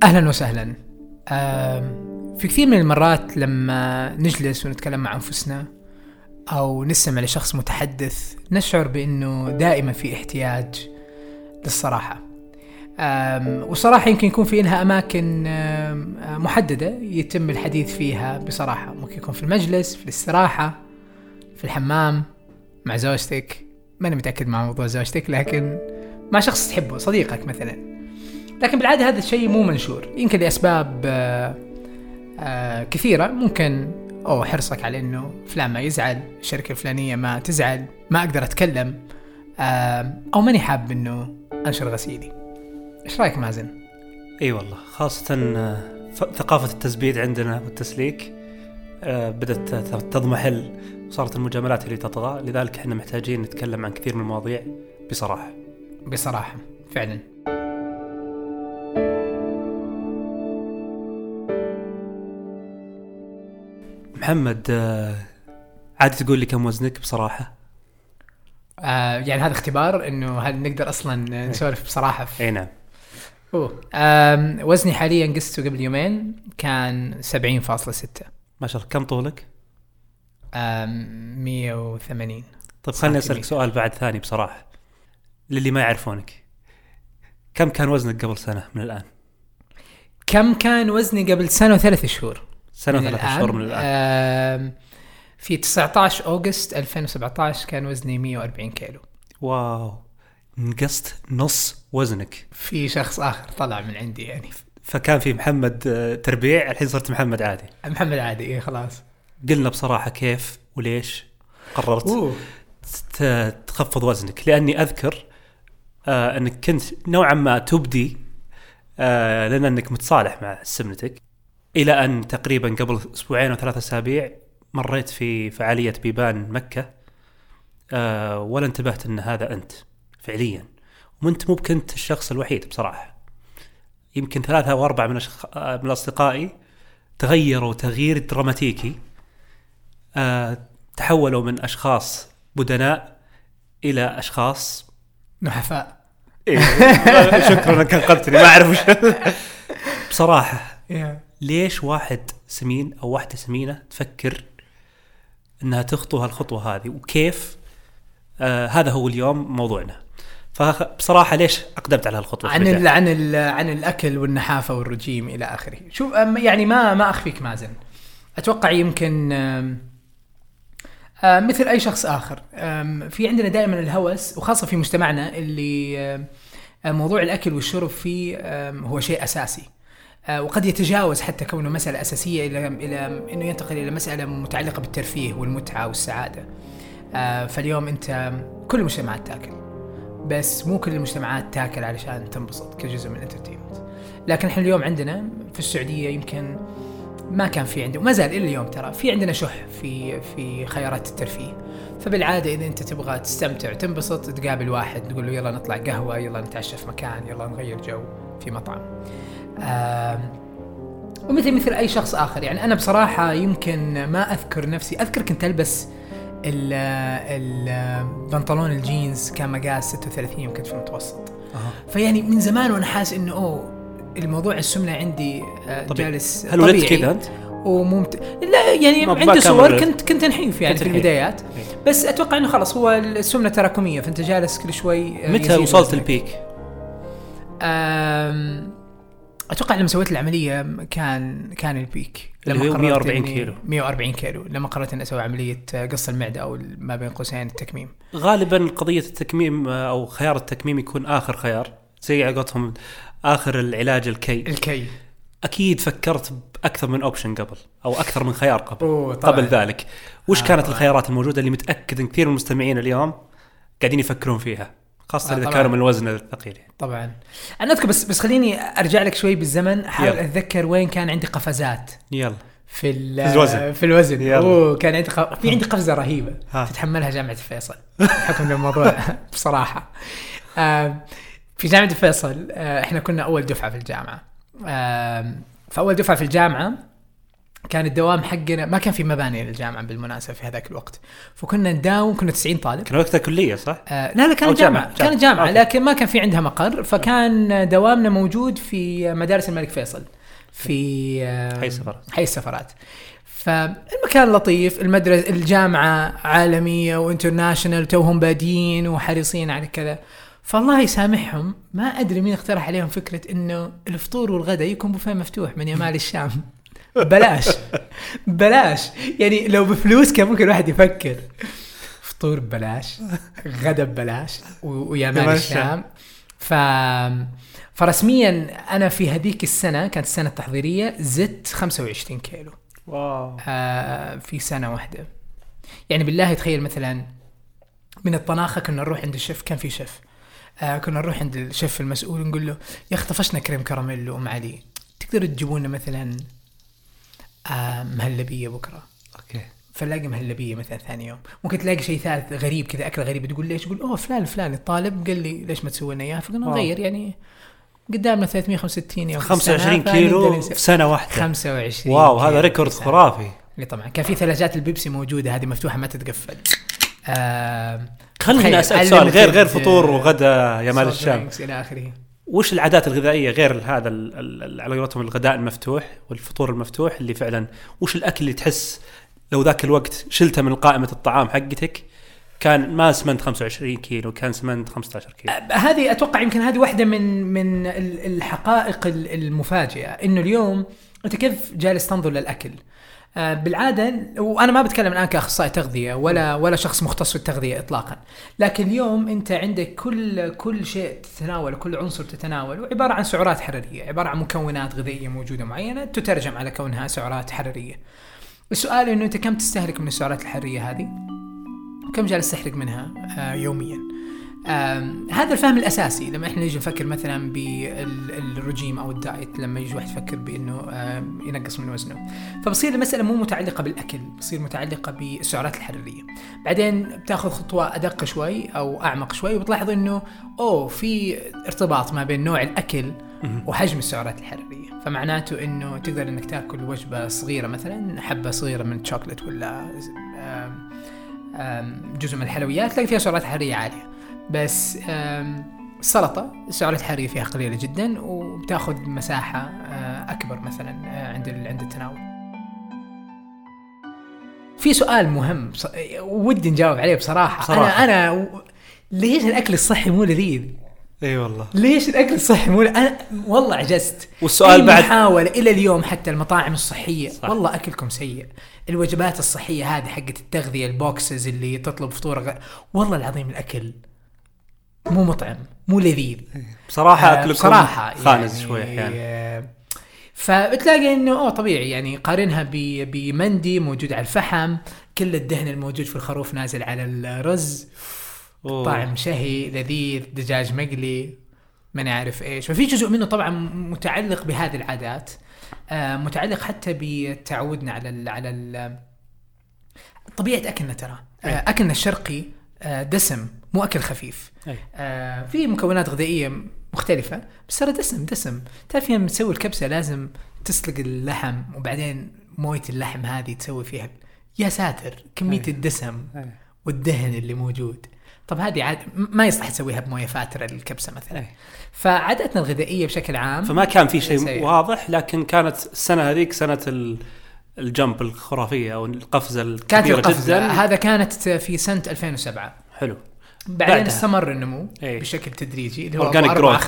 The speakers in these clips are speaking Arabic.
أهلا وسهلا. في كثير من المرات لما نجلس ونتكلم مع أنفسنا أو نسمع لشخص متحدث نشعر بأنه دائما في احتياج للصراحة. والصراحة يمكن يكون في إنها أماكن محددة يتم الحديث فيها بصراحة. ممكن يكون في المجلس، في الاستراحة، في الحمام، مع زوجتك. ما أنا متأكد مع موضوع زوجتك، لكن مع شخص تحبه، صديقك مثلا. لكن بالعادة هذا الشيء مو منشور، يمكن لأسباب كثيرة. ممكن حرصك على إنه فلان ما يزعل، الشركة الفلانية ما تزعل، ما أقدر أتكلم، أو ماني حاب إنه أنشر غسيلي. إيش رأيك مازن؟ أي والله، خاصة ثقافة التزبيد عندنا والتسليك بدأت تضمحل، وصارت المجاملات اللي تطغى. لذلك إحنا محتاجين نتكلم عن كثير من المواضيع بصراحة فعلا. محمد، عادي تقول لي كم وزنك بصراحة؟ يعني هذا اختبار إنه هل نقدر أصلا نسولف بصراحة؟ أي نعم. وزني حاليا قسته قبل يومين كان 70.6. ما شاء الله. كم طولك؟ 180. طيب خلني أسألك سؤال بعد ثاني بصراحة، للي ما يعرفونك، كم كان وزنك قبل سنة من الآن؟ كم كان وزني قبل سنة و3 شهور؟ سنة و3 شهور من الآن. في 19 أغسطس 2017 كان وزني 140 كيلو. واو، نقصت نص وزنك. في شخص آخر طلع من عندي يعني. فكان في محمد تربيع، الحين صرت محمد عادي. محمد عادي، إيه خلاص. قلنا بصراحة كيف وليش قررت تخفض وزنك؟ لأني أذكر أنك كنت نوعا ما تبدي لأن أنك متصالح مع سمنتك، إلى أن تقريبا قبل 2 أو 3 أسابيع مريت في فعالية بيبان مكة، ولا انتبهت أن هذا أنت فعليا. وأنت مو كنت الشخص الوحيد بصراحة، يمكن 3 أو 4 من أصدقائي تغيروا تغيير دراماتيكي، تحولوا من أشخاص بدناء إلى أشخاص نحفاء. إيه. شكرا أنك انقذتني، ما أعرف وش بصراحة. ليش واحد سمين أو واحدة سمينة تفكر أنها تخطو هالخطوة هذه، وكيف؟ هذا هو اليوم موضوعنا. فبصراحة ليش أقدمت على هالخطوة؟ عن الأكل والنحافة والرجيم إلى آخره. شوف، يعني ما أخفيك مازن، أتوقع يمكن مثل أي شخص آخر في عندنا دائما الهوس، وخاصة في مجتمعنا اللي موضوع الأكل والشرب فيه هو شيء أساسي، وقد يتجاوز حتى كونه مسألة أساسية إلى إنه ينتقل إلى مسألة متعلقة بالترفيه والمتعة والسعادة. فاليوم أنت كل المجتمعات تأكل، بس مو كل المجتمعات تأكل علشان تنبسط كجزء من الانترتينمنت. لكن إحنا اليوم عندنا في السعودية يمكن ما كان في عندنا، وما زال إلى اليوم ترى في عندنا شح في خيارات الترفيه. فبالعادة إذا أنت تبغى تستمتع وتنبسط تقابل واحد تقول له يلا نطلع قهوة، يلا نتعشى في مكان، يلا نغير جو في مطعم. ومثل أي شخص آخر. يعني أنا بصراحة يمكن ما أذكر نفسي، أذكر كنت ألبس البنطلون الجينز كان مقاس 36 وكنت في المتوسط. فيعني من زمان وأنا حاس إنه الموضوع السمنة عندي جالس. هل ولدت كذا أنت؟ لا يعني عندي صور كنت نحيف يعني في البدايات، بس أتوقع إنه خلاص هو السمنة تراكمية، فأنت جالس كل شوي. متى وصلت البيك؟ أتوقع لما سويت العملية كان البيك اللي هو 140 كيلو لما قررت أن أسوي عملية قص المعدة أو ما بين قوسين التكميم. غالبا قضية التكميم أو خيار التكميم يكون آخر خيار، زي عقدهم آخر العلاج الكي. أكيد فكرت بأكثر من أوبشن قبل، أو أكثر من خيار قبل ذلك. وش كانت الخيارات الموجودة اللي متأكد أن كثير من المستمعين اليوم قاعدين يفكرون فيها، خاصة إذا كانوا من الوزن الثقيل؟ طبعا أنا أذكر، بس خليني أرجع لك شوي بالزمن، حاول أتذكر وين كان عندي قفزات. يلا. في الوزن. كان عندي قفزة رهيبة تتحملها جامعة الفيصل حكم الموضوع بصراحة. في جامعة الفيصل إحنا كنا أول دفعة في الجامعة. فأول دفعة في الجامعة كان الدوام حقنا ما كان في مباني للجامعة بالمناسبة في هذاك الوقت، فكنا نداوم، كنا 90 طالب. كان وقتها كلية صح؟ لا كانت جامعة. كانت جامعة لكن ما كان في عندها مقر، فكان دوامنا موجود في مدارس الملك فيصل في حي السفرات. فالمكان لطيف، المدرسة الجامعة عالمية وانترناشنال، توهم بادين وحريصين على كذا. فالله يسامحهم، ما أدري مين اقترح عليهم فكرة إنه الفطور والغداء يكون بوفيه مفتوح من يمال الشام. بلاش يعني لو بفلوس كان ممكن الواحد يفكر فطور ببلاش، غدا ببلاش، ويمال الشام. فرسميا أنا في هذيك السنة، كانت السنة التحضيرية، زدت 25 كيلو. واو. في سنة واحدة. يعني بالله تخيل مثلا من الطناخة كنا نروح عند الشيف، كان في شيف، كنا نروح عند الشيف المسؤول نقول له يا أخي طفشنا كريم كراميل وأم علي، تقدر تجيبونا مثلا مهلبية بكرة؟ أوكي. فلاقي مهلبية مثلا ثاني يوم، ممكن تلاقي شيء ثالث غريب كذا، أكل غريب، تقول ليش؟ يقول أوه فلان الطالب قال لي ليش ما تسوي لنا إياه، فقلنا نغير. يعني قدامنا 365 يوم، 25 كيلو في سنة واحدة. 25. واو، هذا ريكورد خرافي. طبعا كان في ثلاجات البيبسي موجودة، هذه مفتوحة ما تتقفل. خلينا أسأل سؤال غير فطور وغدا يا مال الشام إلى آخره. وش العادات الغذائية غير هذا على قولتهم الغداء المفتوح والفطور المفتوح اللي فعلا، وش الأكل اللي تحس لو ذاك الوقت شلته من قائمة الطعام حقتك كان ما سمنت 25 كيلو، كان سمنت 15 كيلو؟ هذه أتوقع يمكن هذه واحدة من الحقائق المفاجئة، إنه اليوم أنت كيف جالس تنظر للأكل. بالعادة، وأنا ما بتكلم الآن كأخصائي تغذية ولا شخص مختص في التغذية إطلاقا، لكن اليوم أنت عندك كل شيء تتناول، كل عنصر تتناول عبارة عن سعرات حرارية، عبارة عن مكونات غذائية موجودة معينة تترجم على كونها سعرات حرارية. السؤال إنه أنت كم تستهلك من السعرات الحرارية هذه، كم جالس تحرق منها يوميا. هذا الفهم الأساسي لما إحنا نيجي نفكر مثلا بالرجيم أو الدايت، لما يجي واحد يفكر بأنه ينقص من وزنه، فبصير المسألة مو متعلقة بالأكل، بصير متعلقة بالسعرات الحرارية. بعدين بتاخذ خطوة أدق شوي أو أعمق شوي، وبتلاحظ إنه في ارتباط ما بين نوع الأكل وحجم السعرات الحرارية. فمعناته إنه تقدر إنك تأكل وجبة صغيرة، مثلا حبة صغيرة من شوكولات ولا جزء من الحلويات، تلاقي فيها سعرات حرارية عالية. بس السلطة السعرات الحرارية فيها قليلة جدا، وبتاخذ مساحة أكبر مثلا عند التناول. في سؤال مهم ودي نجاوب عليه بصراحة. أنا ليش الأكل الصحي مو لذيذ؟ اي والله ليش الأكل الصحي مو أنا والله عجزت. والسؤال بعد محاولة إلى اليوم، حتى المطاعم الصحية صح. والله أكلكم سيء. الوجبات الصحية هذه حقت التغذية، البوكسز اللي تطلب فطور والله العظيم الأكل مو مطعم، مو لذيذ بصراحة. أكلكم بصراحة خانز شوي يعني. فبتلاقي إنه طبيعي، يعني قارنها بمندي موجود على الفحم، كل الدهن الموجود في الخروف نازل على الرز، طعم شهي لذيذ، دجاج مقلي، ما نعرف إيش. ففي جزء منه طبعا متعلق بهذه العادات، متعلق حتى بتعودنا على طبيعة أكلنا. ترى أكلنا الشرقي دسم، مو أكل خفيف. في مكونات غذائية مختلفة، بس ترى دسم. تعرف يوم تسوي الكبسة لازم تسلق اللحم، وبعدين موية اللحم هذه تسوي فيها، يا ساتر كمية الدسم والدهن اللي موجود. طب هذه عاد ما يصلح تسويها بمويه فاترة الكبسة مثلا. فعادتنا الغذائية بشكل عام فما كان في شيء واضح، لكن كانت السنة هذيك سنة الجمب الخرافية أو القفزة الكبيرة جدا. هذا كانت في سنة 2007. حلو. بعدين استمر النمو بشكل تدريجي، اللي هو أورجانيك جروث.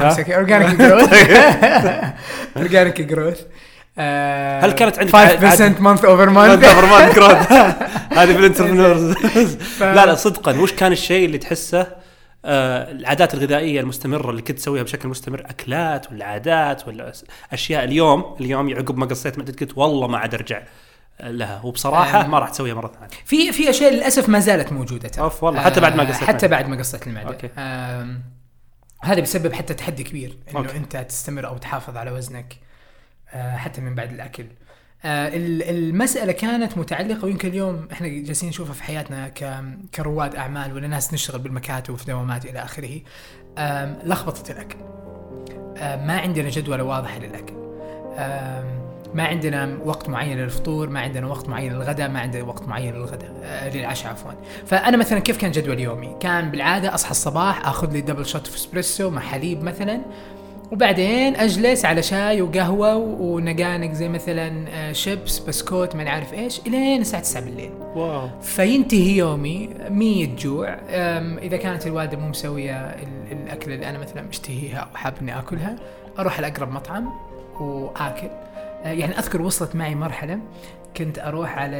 أورجانيك جروث. هل كانت عندك 5% month over month growth؟ هذه بالانتربرنورز. لا صدقا، وش كان الشيء اللي تحسه العادات الغذائية المستمرة اللي كنت تسويها بشكل مستمر، أكلات ولا عادات ولا أشياء اليوم يعقب ما قصيت معدتك قلت والله ما عاد أرجع لها، وبصراحة ما راح تسويها مرة ثانية؟ في أشياء للأسف ما زالت موجودة. والله حتى بعد ما قصيت حتى بعد ما قصيت المعدة. هذا بيسبب حتى تحدي كبير إنه أنت تستمر أو تحافظ على وزنك حتى من بعد الأكل. المسألة كانت متعلقة، ويمكن اليوم إحنا جالسين نشوفها في حياتنا كرواد أعمال ولا ناس نشتغل بالمكاتب وفي دوامات إلى آخره. لخبطة الأكل، ما عندنا جدول واضح للأكل. ما عندنا وقت معين للفطور، ما عندنا وقت معين للغداء، ما عندنا وقت معين للغداء للعشاء عفوا. فأنا مثلا كيف كان جدول يومي؟ كان بالعادة أصحى الصباح أخذ لي دبل شوت في اسبريسو مع حليب مثلا، وبعدين أجلس على شاي وقهوة ونقانق زي مثلا شيبس بسكوت ما نعرف إيش إلين الساعة 9 بالليل. واو. فينتهي يومي 100 جوع. إذا كانت الوالدة مو مسوية الأكل اللي أنا مثلا مشتهيها أو حاب إني أكلها، أروح على أقرب مطعم وآكل. يعني أذكر وصلت معي مرحلة كنت أروح على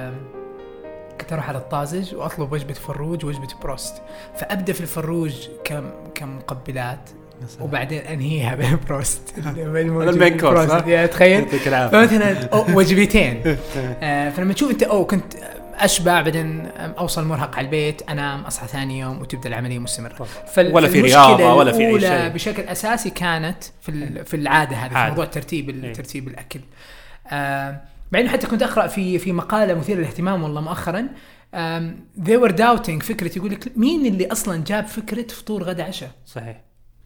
الطازج وأطلب وجبة فروج ووجبة بروست، فأبدأ في الفروج كمقبلات وبعدين أنهيها بالبروست المين كورس. تخيل فمثلا وجبتين. فلما تشوف أنت كنت أشبع، بعدين أوصل مرهق على البيت، أنام، أصحى ثاني يوم وتبدأ العملية مستمرة. ولا في رياضة ولا في أي شيء. بشكل أساسي كانت في العادة هذه في موضوع ترتيب الأكل. بعدين حتى كنت أقرأ في مقالة مثيرة للاهتمام والله مؤخرا، they were doubting فكرة، يقول لك مين اللي أصلا جاب فكرة فطور غدا عشاء. صحيح.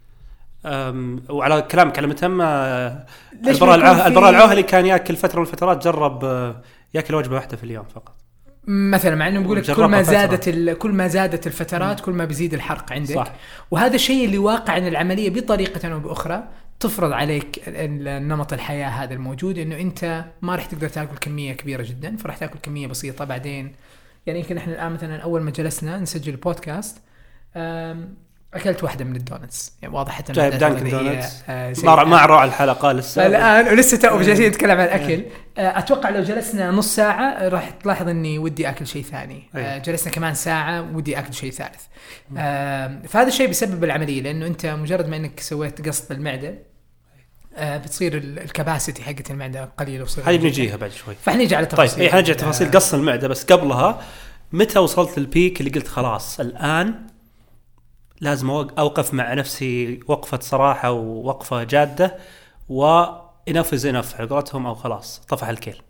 وعلى كلامك على متم البراء العوهلي كان يأكل فترة من الفترات، جرب يأكل وجبة واحدة في اليوم فقط مثلا، مع انه بيقول لك كل ما زادت الفترات كل ما بيزيد الحرق عندك. صح. وهذا الشيء اللي واقع ان العمليه بطريقه او باخرى تفرض عليك النمط الحياه هذا الموجود، انه انت ما راح تقدر تاكل كميه كبيره جدا، فراح تاكل كميه بسيطه بعدين. يعني يمكن احنا الان مثلا اول ما جلسنا نسجل البودكاست اكلت واحده من الدونتس، يعني واضح حتى جايب دانكن دونتس ما روع الحلقه لسه الان ولسه جالسين نتكلم عن الاكل. اتوقع لو جلسنا نص ساعه راح تلاحظ اني ودي اكل شيء ثاني. جلسنا كمان ساعه ودي اكل شيء ثالث. فهذا الشيء بيسبب العمليه، لانه انت مجرد ما انك سويت قسط بالمعده بتصير الكباسيتي حقت المعده قليله وصير هاي بنجيها بعد شوي. فحنيجي على تفاصيل. طيب حنجي على تفاصيل قص المعده، بس قبلها متى وصلت للبيك اللي قلت خلاص الان لازم أوقف مع نفسي وقفة صراحة ووقفة جادة وإنف زينف حقرتهم، أو خلاص طفح الكيل؟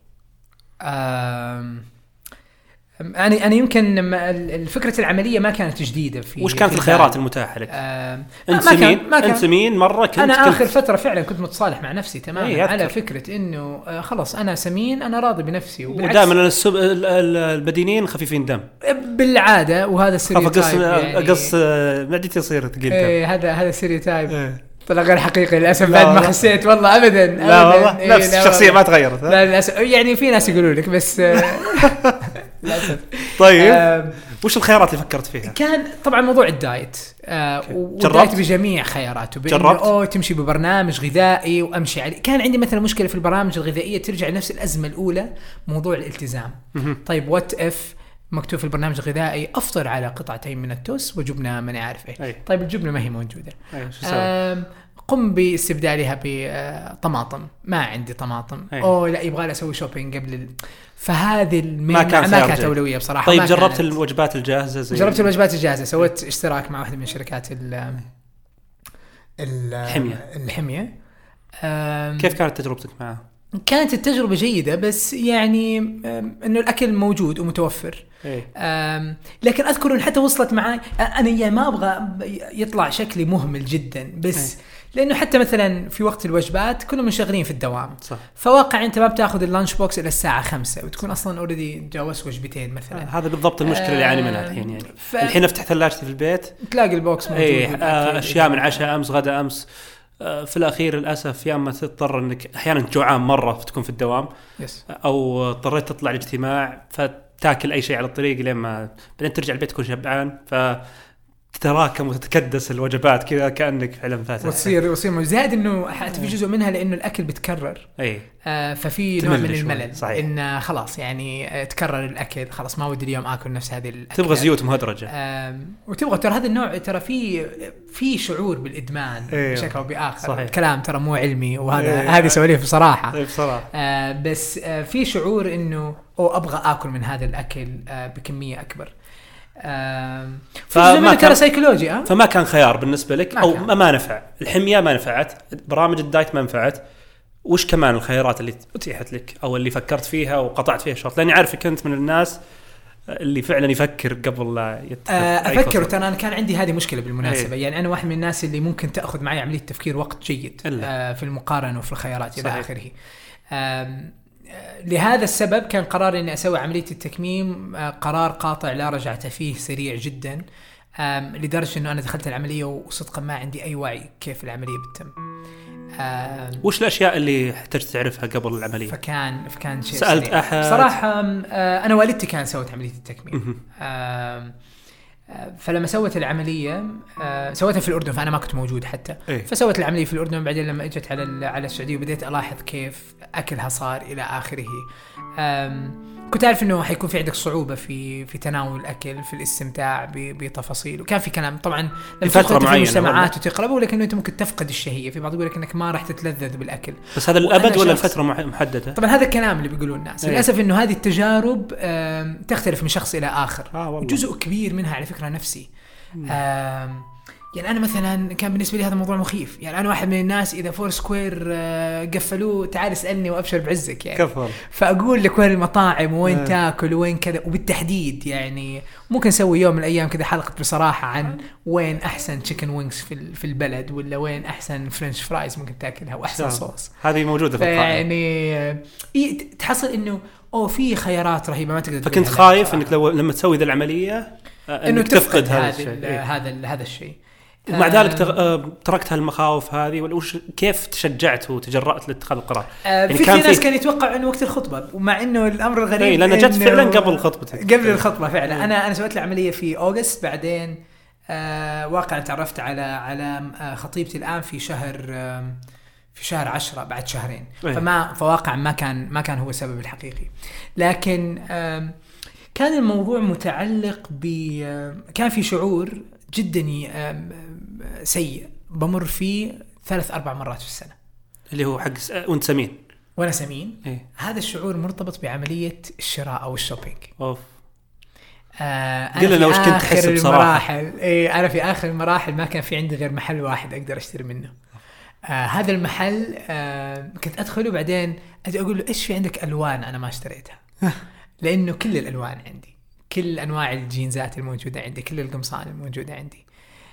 أنا يمكن الفكرة العملية ما كانت جديدة وش كانت الخيارات المتاحة لك؟ أنت سمين مرة أنا آخر فترة فعلا كنت متصالح مع نفسي تماما على فكرة إنه خلاص أنا سمين، أنا راضي بنفسي. ودائما البدينين خفيفين دم بالعادة، وهذا السيريوتايب يعني قص معدتي يصير ثقيل. هذا السيريوتايب طلع غير حقيقي للأسف. بعد ما خسيت والله أبدا. لا والله نفس الشخصية ما تغيرت. لا للأسف، يعني في ناس يقولوا لك بس للأسف. طيب وش الخيارات اللي فكرت فيها؟ كان طبعا موضوع الدايت والدايت بجميع خياراته، بأنه تمشي ببرنامج غذائي وأمشي عليه. كان عندي مثلا مشكلة في البرامج الغذائية ترجع لنفس الأزمة الأولى، موضوع الالتزام. طيب وات إف مكتوب في البرنامج الغذائي أفطر على قطعتين من التوست وجبنة ما نعرف إيه. طيب الجبنة ما هي موجودة. قم باستبدالها بطماطم، ما عندي طماطم. لا يبغى لي أسوي شوبينج قبل فهذه ما كانت أولوية بصراحة. طيب جربت الوجبات الجاهزة؟ جربت الوجبات الجاهزة، سويت اشتراك مع واحدة من شركات الحمية. كيف كانت تجربتك معها؟ كانت التجربة جيدة، بس يعني إنه الأكل موجود ومتوفر. لكن أذكر إن حتى وصلت معي أنا ما أبغى يطلع شكلي مهمل جدا، بس لأنه حتى مثلا في وقت الوجبات كنا منشغلين في الدوام. صح. فواقع أنت ما بتاخذ اللانش بوكس إلى الساعة 5 وتكون أصلا أوريدي جاوز وجبتين مثلا. هذا بالضبط المشكلة اللي أعاني منها الحين. يعني الحين أفتح ثلاجتي في البيت تلاقي البوكس موجود. أشياء من عشاء أمس غدا أمس. في الأخير للأسف يا أما تضطر إنك أحيانا جوعان مرة فتكون في الدوام، أو اضطريت تطلع الاجتماع فتاكل أي شيء على الطريق لما بعدين ترجع البيت تكون شبعان، تتراكم وتتكدس الوجبات كذا كأنك فعلا فاتح وتصير زائد إنه حتى في جزء منها لأنه الأكل بتكرر. ففي نوع من الملل. إن خلاص يعني تكرر الأكل، خلاص ما ودي اليوم آكل نفس هذه الأكل. تبغى زيوت مهدرجة. وتبغى ترى هذا النوع ترى في شعور بالإدمان بشكل أو بآخر. صحيح. الكلام ترى مو علمي، وهذا هذه سواليف بصراحة. بس في شعور إنه أبغى آكل من هذا الأكل بكمية أكبر. فما كان سيكولوجي. فما كان خيار بالنسبة لك، أو ما نفع. الحمية ما نفعت، برامج الدايت ما نفعت. وش كمان الخيارات اللي أتيحت لك أو اللي فكرت فيها وقطعت فيها شوط؟ لأني عارف كنت من الناس اللي فعلا يفكر قبل لا أفكر. وترى أنا كان عندي هذه مشكلة بالمناسبة. يعني أنا واحد من الناس اللي ممكن تأخذ معي عملية تفكير وقت جيد في المقارنة وفي الخيارات إلى آخره. لهذا السبب كان قراري اني اسوي عمليه التكميم قرار قاطع لا رجعة فيه، سريع جدا، لدرجه انه انا دخلت العمليه وصدقا ما عندي اي وعي كيف العمليه بتتم. وش الاشياء اللي احتجت تعرفها قبل العمليه؟ فكان شيء سالت سريع. احد صراحه انا والدتي كانت سوت عمليه التكميم. فلما سوت العمليه سوتها في الاردن، فانا ما كنت موجود حتى. فسوت العمليه في الاردن، بعدين لما اجت على السعوديه وبديت الاحظ كيف اكلها صار الى اخره. كنت عارف انه حيكون في عندك صعوبه في تناول الاكل، في الاستمتاع بتفاصيل، وكان في كلام طبعا لما تدخل في المجتمعات وتقرب، ولكن انت ممكن تفقد الشهيه، في بعض يقول لك انك ما راح تتلذذ بالاكل. بس هذا الابد ولا الفتره محدده؟ طبعا هذا الكلام اللي بيقولوا الناس. للاسف انه هذه التجارب تختلف من شخص الى اخر، وجزء كبير منها على فكره نفسي. يعني أنا مثلا كان بالنسبة لي هذا موضوع مخيف. يعني أنا واحد من الناس إذا فور سكوير قفلوه تعال اسألني وأبشر بعزك يعني. كفر. فأقول لك وين المطاعم وين تاكل وين كذا، وبالتحديد يعني ممكن نسوي يوم من الأيام كذا حلقة بصراحة عن وين أحسن تشيكن وينجز في البلد، ولا وين أحسن فرنش فرايز ممكن تاكلها وأحسن صوص. هذه موجودة في القائمة. يعني تحصل إنه في خيارات رهيبة ما تقدر. فكنت خايف إنك لما تسوي ذا العملية إنك تفقد هذا الشيء. ومع ذلك تركت هالمخاوف هذه، ولا كيف تشجعت وتجرأت لاتخاذ القرار؟ يعني في ناس كانوا يتوقعوا انه وقت الخطبه، ومع انه الامر الغريب لأن جت فعلا قبل خطبتي، قبل الخطبه فعلا. انا سويت العمليه في أغسطس، بعدين واقعا تعرفت على خطيبتي الان في شهر 10 بعد شهرين. فواقعا ما كان هو السبب الحقيقي، لكن كان الموضوع متعلق كان في شعور جدا سيء بمر فيه 3-4 مرات في السنة، اللي هو حق وانت سمين. وانا سمين. هذا الشعور مرتبط بعملية الشراء او الشوبينج. قل لنا وش كنت تحس بصراحة. انا في اخر المراحل ما كان في عندي غير محل واحد اقدر اشتري منه. هذا المحل كنت ادخله، بعدين اجي اقول له ايش في عندك الوان انا ما اشتريتها، لانه كل الالوان عندي، كل أنواع الجينزات الموجودة عندي، كل القمصان الموجودة عندي.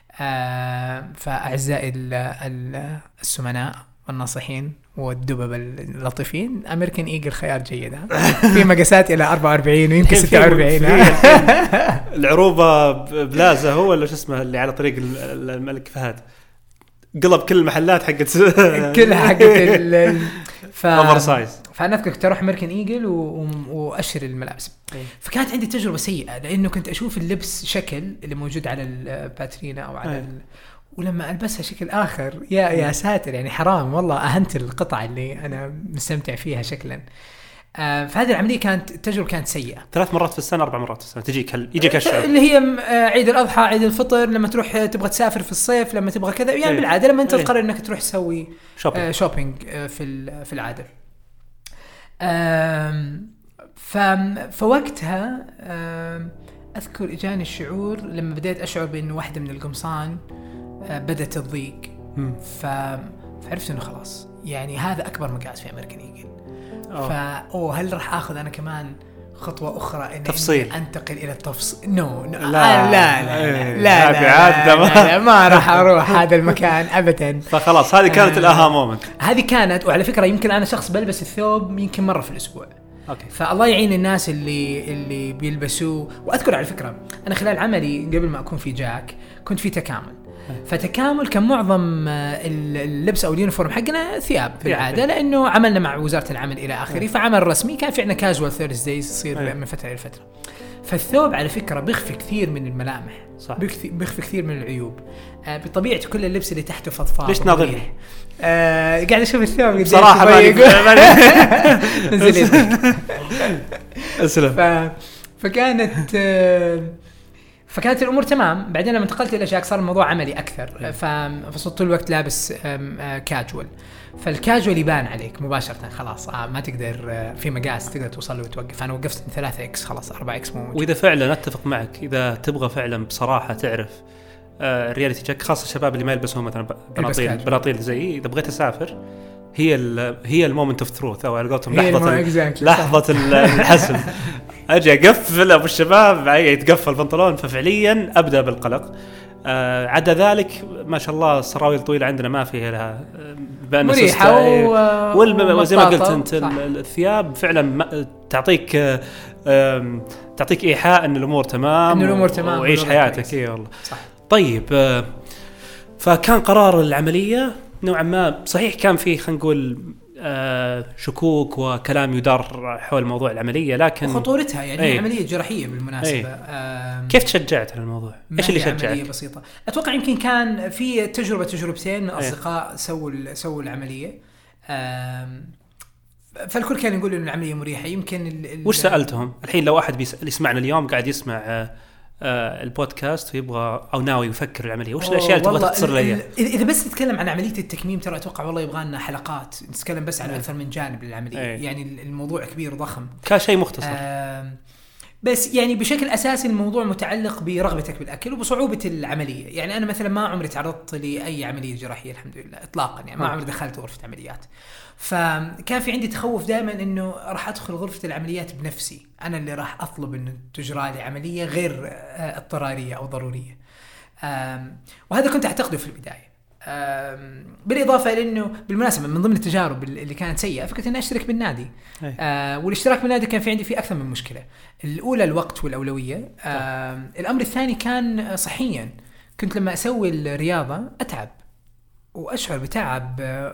فأعزائي السمناء والناصحين والدبب اللطيفين، أمريكان إيجل خيار جيد. في مقاسات إلى 44 ويمكن 46. العروبة بلازا هو اللي اسمه اللي على طريق الملك فهد، قلب كل المحلات حقت كلها حقت اوفر سايز. فانا اذكر كنت اروح امريكان ايجل واشتري الملابس. فكانت عندي تجربه سيئه، لانه كنت اشوف اللبس شكل اللي موجود على الباترينا او على ولما البسها شكل اخر، يا ساتر، يعني حرام والله، اهنت القطعه اللي انا مستمتع فيها شكلا. فهذه العمليه التجربه كانت سيئه. 3 مرات في السنه 4 مرات في السنه يجيك الشعور اللي هي عيد الاضحى، عيد الفطر، لما تروح تبغى تسافر في الصيف، لما تبغى كذا يعني بالعاده لما انت تقرر انك تروح تسوي شوبينج في العاده. فوقتها اذكر اجاني الشعور لما بديت اشعر بانه واحده من القمصان بدأت تضيق. فعرفت انه خلاص يعني هذا اكبر مقاس في امريكان ايجل. هل راح اخذ انا كمان خطوه اخرى ان انتقل الى التفصيل؟ لا ما راح اروح هذا المكان ابدا. فخلاص هذه كانت الاها مومنت. هذه كانت. وعلى فكره يمكن انا شخص بلبس الثوب يمكن مره في الاسبوع. فالله يعين الناس اللي بيلبسوه. واذكر على فكره انا خلال عملي قبل ما اكون في جاك كنت في تكامل. فتكامل كان معظم اللبس او اليونيفورم حقنا ثياب في العاده، لانه عملنا مع وزاره العمل الى اخره. فعمل رسمي كان في عندنا كاجوال ثيرزدايز يصير من فتره الى فتره. فالثوب على فكره بيخفي كثير من الملامح، بيخفي كثير من العيوب. بطبيعه كل اللبس اللي تحته فضفاض. ليش ناظر قاعد اشوف الثوب بصراحه نزل اسلم. فكانت الامور تمام. بعدين لما انتقلت الى جاك صار الموضوع عملي اكثر. فصرت طول الوقت لابس كاجوال. فالكاجوال يبان عليك مباشره، خلاص ما تقدر في مقاس تقدر توصل له وتوقف. انا وقفت من 3x خلاص 4x مو موجود. واذا فعلا اتفق معك، اذا تبغى فعلا بصراحه تعرف الرياليتي تشيك، خاصه الشباب اللي ما يلبسون مثلا بناطيل زي، اذا بغيت اسافر هي المومنت اوف تروث، او على قولتهم لحظه الحسم. اجي اقفل ابو الشباب يتقفل البنطلون، ففعليا ابدا بالقلق. عدا ذلك ما شاء الله السراويل طويلة عندنا ما فيها لها مريحة وزي ما قلت أنت الثياب فعلا تعطيك إيحاء أن الأمور تمام وعيش حياتك. إيه والله صح. طيب فكان قرار العملية نوعا ما صحيح كان فيه خلينا نقول شكوك وكلام يدار حول موضوع العملية لكن خطورتها يعني عملية جراحية بالمناسبة. كيف تشجعت على الموضوع؟ ايش اللي شجعك؟ عملية بسيطة. اتوقع يمكن كان في تجربتين اصدقاء سووا العملية فالكل كان يقول انه العملية مريحة. يمكن وش سألتهم الحين لو واحد يسمعنا اليوم قاعد يسمع البودكاست ويبغى او ناوي يفكر العمليه وش الاشياء اللي تبغى تختصر لي اذا بس نتكلم عن عمليه التكميم ترى اتوقع والله يبغى لنا حلقات نتكلم بس عن اكثر من جانب للعمليه. يعني الموضوع كبير ضخم كشيء مختصر بس يعني بشكل اساسي الموضوع متعلق برغبتك بالاكل وبصعوبه العمليه. يعني انا مثلا ما عمري تعرضت لاي عمليه جراحيه الحمد لله اطلاقا يعني ما عمري دخلت غرفه عمليات. فكان في عندي تخوف دائما انه راح ادخل غرفه العمليات بنفسي انا اللي راح اطلب انه تجرى لي عمليه غير اضطراريه او ضروريه. وهذا كنت اعتقده في البدايه. بالاضافه الى انه بالمناسبه من ضمن التجارب اللي كانت سيئه فكرت اني اشترك بالنادي. والاشتراك بالنادي كان في عندي فيه اكثر من مشكله. الاولى الوقت والاولويه. الامر الثاني كان صحيا. كنت لما اسوي الرياضه اتعب واشعر بتعب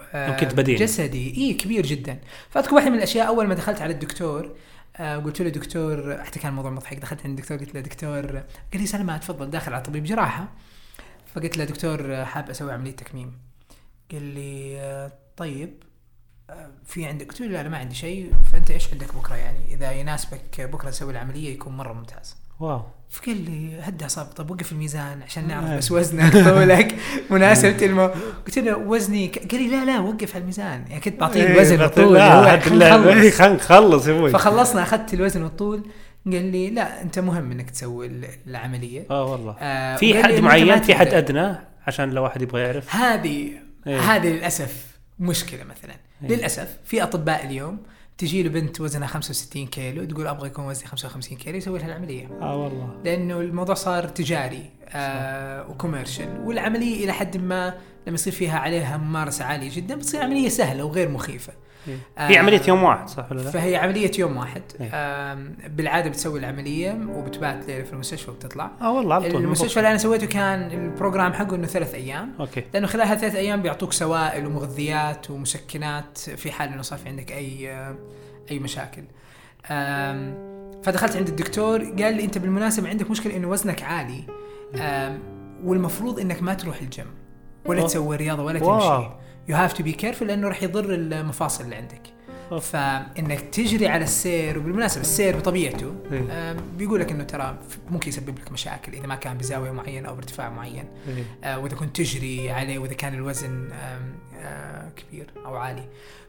جسدي كبير جدا. فاذكر واحده من الاشياء اول ما دخلت على الدكتور قلت له دكتور حتى كان الموضوع مضحك. دخلت عند الدكتور قلت له دكتور قال لي سلمى تفضل داخل على طبيب جراحه. فقلت له دكتور حاب اسوي عمليه تكميم. قال لي طيب في عندك؟ قلت له لا انا ما عندي شيء فانت ايش عندك بكره يعني اذا يناسبك بكره تسوي العمليه يكون مره ممتاز. واو. فقال لي هدى صاب طب وقف الميزان عشان نعرف بس وزنك طولك مناسبة قلت له وزني قال لي لا وقف على الميزان يعني كنت بعطيه الوزن والطول خلص يا ابوي. فخلصنا اخذت الوزن والطول قال لي لا انت مهم انك تسوي العمليه. والله في حد معين في حد ادنى عشان لو واحد يبغى يعرف. هذه للاسف مشكله مثلا. للاسف في اطباء اليوم تجي له بنت وزنها 65 كيلو تقول ابغى يكون وزني 55 كيلو يسوي لها العمليه. والله لانه الموضوع صار تجاري وكوميرشال. والعمليه الى حد ما لما يصير فيها عليها ممارسه عاليه جدا بتصير عمليه سهله وغير مخيفه. هي عملية يوم واحد صح ولا لا؟ فهي عملية يوم واحد. بالعادة بتسوي العملية وبتبات ليلة في المستشفى وبتطلع. والله المستشفى اللي أنا سويته كان البروجرام حقه إنه 3 أيام. لأنه خلال 3 أيام بيعطوك سوائل ومغذيات ومسكنات في حال إنه صار في عندك أي مشاكل. فدخلت عند الدكتور قال لي أنت بالمناسبة عندك مشكلة إنه وزنك عالي والمفروض إنك ما تروح الجيم ولا تسوي رياضة ولا تمشي. You have to be careful لأنه راح يضر المفاصل اللي عندك. فإنك تجري على السير. وبالمناسبة السير بطبيعته بيقولك إنه ترى ممكن يسبب لك مشاكل إذا ما كان بزاوية معينة أو بارتفاع معين. وإذا كنت تجري عليه وإذا كان الوزن كبير أو عالي.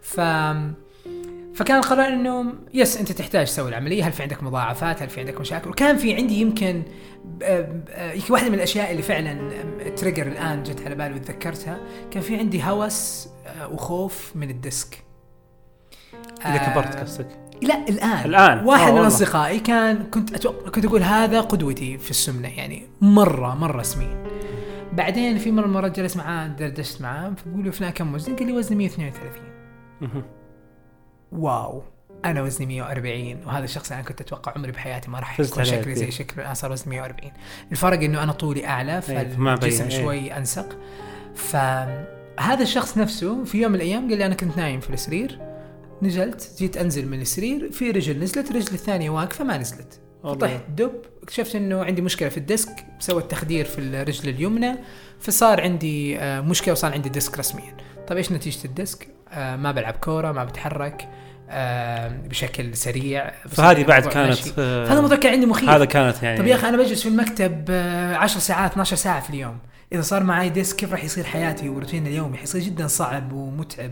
فكان القرار إنه يس أنت تحتاج تسوي العملية. هل في عندك مضاعفات؟ هل في عندك مشاكل؟ وكان في عندي يمكن واحدة من الأشياء اللي فعلا تريجر الآن جت على بالي وتذكرتها. كان في عندي هوس وخوف من الديسك. إذا كبرت قصدك؟ لا الآن. واحد من أصدقائي كنت أقول هذا قدوتي في السمنة يعني مرة سمين. بعدين في مرة جلس معاه دردشت معاه فبقول له فلان كم وزن؟ قال لي وزني 132. واو أنا وزني 140 وهذا الشخص أنا كنت أتوقع عمري بحياتي ما راح يكون شكلي زي شكله. أنا صار وزني 140. الفرق إنه أنا طولي أعلى فالجسم شوي أنسق. فهذا الشخص نفسه في يوم من الأيام قال لي أنا كنت نايم في السرير نزلت جيت أنزل من السرير في رجل نزلت رجل الثانية واقفة ما نزلت فطحت دب. اكتشفت إنه عندي مشكلة في الديسك سوت تخدير في الرجل اليمنى فصار عندي مشكلة وصار عندي ديسك رسميا. طيب إيش نتيجة الديسك؟ ما بلعب كورة ما بتحرك بشكل سريع. فهذه بعد كانت هذا موضوع كان عندي مخيف. هذا كانت يعني طب يا أخي أنا بجلس في المكتب 10 ساعات 12 ساعة في اليوم. إذا صار معي ديسك كيف راح يصير حياتي وروتين اليومي حيصير جدا صعب ومتعب.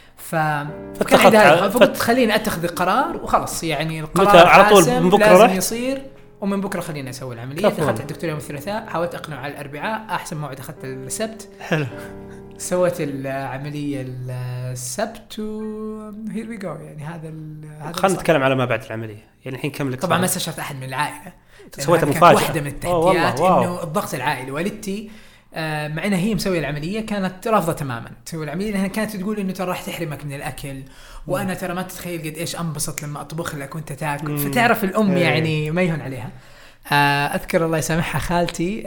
فقلت خليني أتخذ القرار وخلاص يعني القرار على طول من بكرة لازم يصير ومن بكرة خليني أسوي العملية. دخلت الدكتور يوم الثلاثاء حاولت أقنعه على الأربعاء أحسن موعد أخذت السبت. حلو سوت العملية السبت هير وي جو. يعني هذا خلينا نتكلم على ما بعد العملية. يعني الحين كم لك؟ طبعا ما استشرت أحد من العائلة، سويتها مفاجأة. واحدة من التحديات إنه الضغط العائلي. والدتي مع إنها هي مسوية العملية كانت رافضة تماما تسوي العملية، لأنها كانت تقول إنه ترى راح تحرمك من الأكل، وأنا ترى ما تتخيل قد إيش أنبسط لما أطبخ لك وأنت تاكل. فتعرف الأم يعني ما يهون عليها. أذكر الله يسامحها خالتي،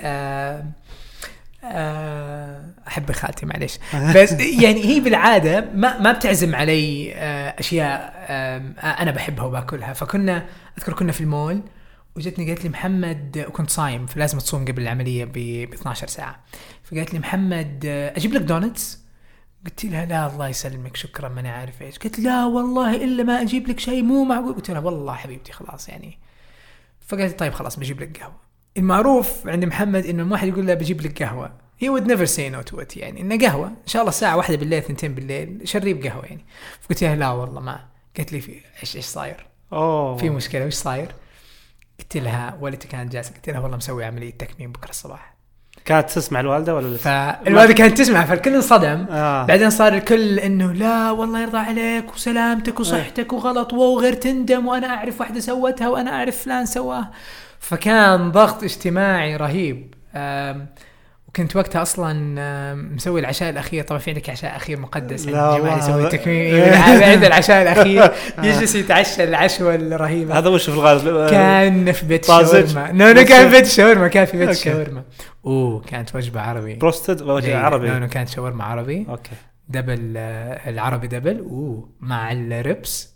أحب خالتي معليش، بس يعني هي بالعادة ما بتعزم علي أشياء أنا بحبها وباكلها. فكنا أذكر كنا في المول وجتني قالت لي محمد، وكنت صايم فلازم تصوم قبل العملية ب 12 ساعة، فقالت لي محمد أجيب لك دونتس؟ قلت لها لا الله يسلمك شكرا ما أنا عارف إيش. قلت لا والله إلا ما أجيب لك شيء مو معقول. قلت لها والله حبيبتي خلاص يعني. فقالت طيب خلاص بجيب لك قهوة. المعروف عند محمد إنه واحد يقول له بجيب لك قهوة he would never say no to it، يعني إنه قهوة إن شاء الله الساعة 1 بالليل 2 بالليل شريب قهوة يعني. فقلت لها لا والله ما. قالت لي في إيش صاير؟ في مشكلة وإيش صاير؟ قلت لها والدتي كانت جالسة، قلت لها والله مسوي عملية تكميم بكرة الصباح. كانت تسمع الوالدة ولا لسه؟ فالوالدة كانت تسمع، فالكل انصدم. بعدين صار الكل إنه لا والله يرضى عليك وسلامتك وصحتك وغلط وغير تندم، وأنا أعرف واحدة سوتها وأنا أعرف فلان سواه. فكان ضغط اجتماعي رهيب. وكنت وقتها أصلا مسوي العشاء الأخير. طبعا في عندك عشاء أخير مقدس الجماعة يسوي التكميم عند العشاء الأخير يجلس يتعشى العشوة الرهيبة. هذا وش في الغالب؟ كان في بيت شاورما. كان في بيت شاورما. كان في بيت شاورما. كانت وجبة عربي بروستد وجبة عربي. كانت شاورما عربي. دبل العربي دبل مع الربس.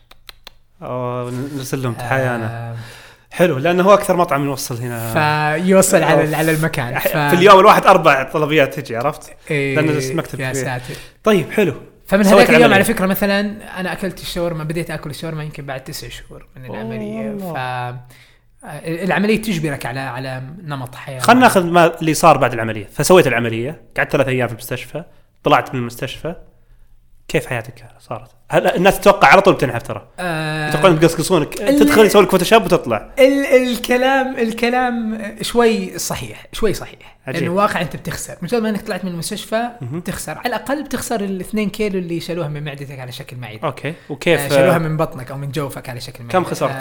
نسلم تحيانا. حلو، لأنه هو أكثر مطعم يوصل هنا، فيوصل على المكان. في اليوم الواحد 4 طلبيات تجي، عرفت؟ لأنه مكتب يا ساتر. طيب حلو. فمن هذاك اليوم على فكرة مثلا أنا أكلت الشاورما، بديت أكل الشاورما يمكن بعد 9 شهور من العملية. العملية تجبرك على نمط حياة. خلنا ناخذ ما اللي صار بعد العملية. فسويت العملية، قعدت 3 أيام في المستشفى، طلعت من المستشفى. كيف حياتك صارت؟ هل الناس تتوقع على طول بتنحف؟ ترى يتوقعون بقصقصونك تدخل يسوي لك فوتوشوب وتطلع. الكلام شوي صحيح. لأنه واقع أنت بتخسر مجرد ما أنك طلعت من المستشفى. تخسر على الأقل بتخسر 2 كيلو اللي شالوها من معدتك على شكل معدة. أوكي. وكيف شالوها من بطنك أو من جوفك على شكل معدة؟ كم خسرت؟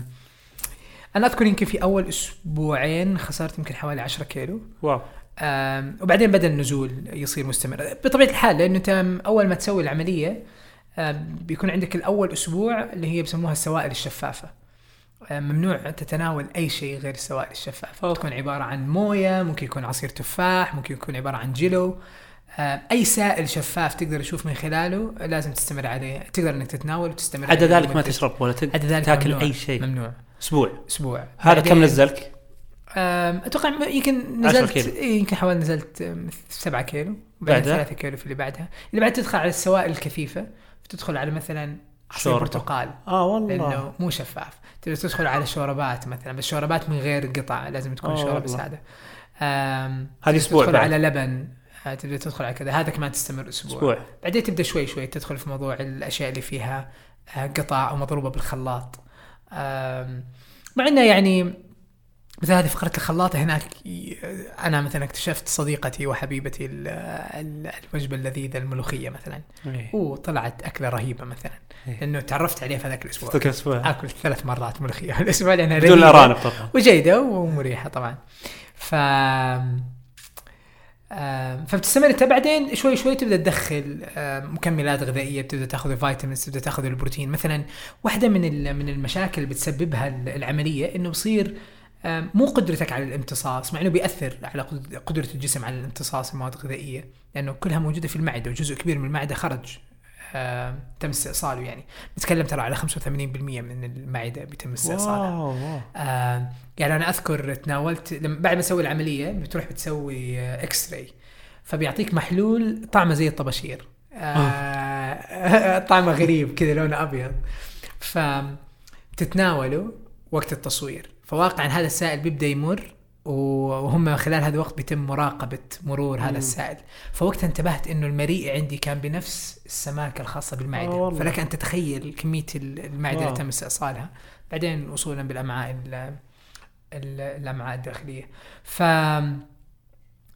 أنا أذكر يمكن في أول أسبوعين خسرت يمكن حوالي 10 كيلو. واو. وبعدين بدأ النزول يصير مستمر بطبيعة الحال، لأنه أنت أول ما تسوي العملية بيكون عندك الأول أسبوع اللي هي بسموها السوائل الشفافة. ممنوع تتناول أي شيء غير السوائل الشفافة. تكون عبارة عن موية، ممكن يكون عصير تفاح، ممكن يكون عبارة عن جيلو. أي سائل شفاف تقدر تشوف من خلاله لازم تستمر عليه. تقدر أنك تتناول وتستمر عليه. عدا ذلك ما تشرب ولا تاكل أي شيء. ممنوع. أسبوع. هذا كم نزلك؟ أتوقع يمكن نزلت حوالي نزلت 7 كيلو. بعد 3 كيلو في اللي بعدها. اللي بعد تدخل على السوائل الكثيفة، فتدخل على مثلا عصير برتقال. والله لأنه مو شفاف. تدخل على شوربات مثلا، بس شوربات من غير قطع، لازم تكون شوربة سادة. هذه أسبوع. تدخل على لبن، تبدأ تدخل على كذا. هذا كمان تستمر أسبوع. بعدين تبدأ شوي تدخل في موضوع الأشياء اللي فيها قطع أو مضروبة بالخلاط. مع إنه يعني مثل هذه فقرة الخلاطة هناك، أنا مثلا اكتشفت صديقتي وحبيبتي الوجبة اللذيذة الملوخية مثلا. وطلعت أكلة رهيبة مثلا. لأنه تعرفت عليه في هذاك الأسبوع. أكل 3 مرات ملوخية في الأسبوع لأنها بدون أرانب طبعا وجيدة ومريحة طبعا. فبتستمر انت. بعدين شوي تبدا تدخل مكملات غذائيه، بتبدا تاخذ فيتامينز، تبدا تاخذ البروتين مثلا. واحده من المشاكل اللي بتسببها العمليه انه بصير مو قدرتك على الامتصاص، مع انه بيأثر على قدرة الجسم على الامتصاص المواد الغذائية، لانه كلها موجودة في المعدة، وجزء كبير من المعدة خرج تم استئصاله. يعني نتكلم ترى على 85% من المعدة بيتم استئصالها. يعني أنا أذكر تناولت بعد ما أسوي العملية بتروح بتسوي إكس راي، فبيعطيك محلول طعمه زي الطباشير. طعمه غريب كذا، لونه أبيض، فتتناوله وقت التصوير. فواقعا هذا السائل بيبدأ يمر، وهم خلال هذا الوقت بيتم مراقبة مرور هذا السائل. فوقتها انتبهت إنه المريء عندي كان بنفس السماكة الخاصة بالمعدة. فلك أن تتخيل كمية المعدة اللي تم استئصالها، بعدين وصولا بالأمعاء الأمعاء الداخلية.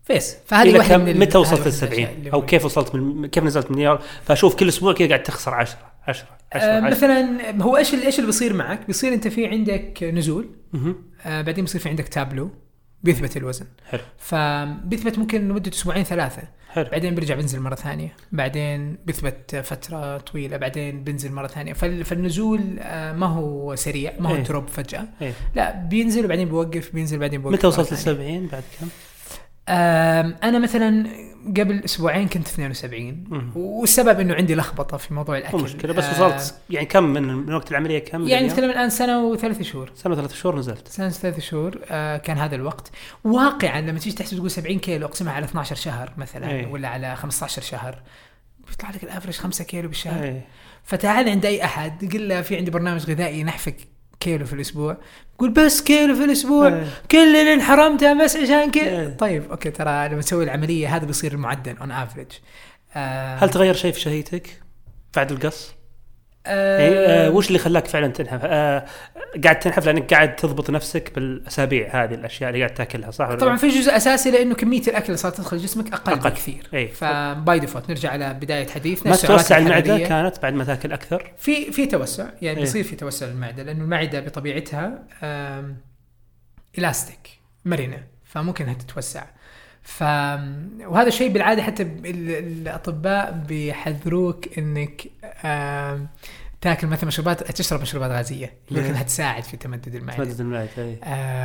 فيس. فهذه واحدة من متى وصلت 70 او كيف وصلت كيف نزلت من نيويورك؟ فاشوف كل اسبوع كذا قاعد تخسر 10 مثلا. هو ايش اللي بيصير معك؟ بيصير انت في عندك نزول، بعدين بيصير في عندك تابلو بيثبت الوزن. حلو. فبيثبت ممكن لمدة 2-3. حلو. بعدين بيرجع بنزل مرة ثانية، بعدين بيثبت فترة طويلة، بعدين بنزل مرة ثانية. فالنزول ما هو سريع، ما هو دروب فجأة. لا، بينزل وبعدين بيوقف، بينزل بعدين بيوقف. متى وصلت 70 بعد كم؟ أنا مثلا قبل أسبوعين كنت 72. والسبب إنه عندي لخبطة في موضوع الأكل. مشكلة. بس وصلت يعني كم من وقت العملية؟ كم يعني نتكلم الآن 1 و3 شهور. 1 و3 شهور نزلت. 1 و3 شهور كان هذا الوقت. واقعا لما تيجي تحسب تقول 70 كيلو أقسمها على 12 شهر مثلا. ولا على 15 شهر بيطلع لك الأفرج 5 كيلو بالشهر. فتعال عند أي أحد قل له في عندي برنامج غذائي نحفك كيلو في الأسبوع، قول بس كيلو في الأسبوع كل اللي انحرمتها بس عشان كذا. طيب أوكي، ترى لما تسوي العملية هذا بيصير المعدل on average. هل تغير شيء في شهيتك بعد القص؟ وش اللي خلاك فعلا تنحف؟ قاعد تنحف لأنك قاعد تضبط نفسك بالأسابيع هذه الأشياء اللي قاعد تأكلها، صح؟ طبعا في جزء أساسي لأنه كمية الأكل اللي صارت تدخل جسمك أقل بكثير. فباي ديفولت نرجع على بداية حديثنا، ما توسع المعدة كانت بعد ما تأكل أكثر؟ في توسع، يعني بيصير في توسع المعدة، لأنه المعدة بطبيعتها إلاستيك مرنة، فممكن انها تتوسع. وهذا الشيء بالعاده حتى الاطباء بيحذروك انك تاكل مثلا تشرب مشروبات غازيه يمكن هتساعد في تمدد المعده.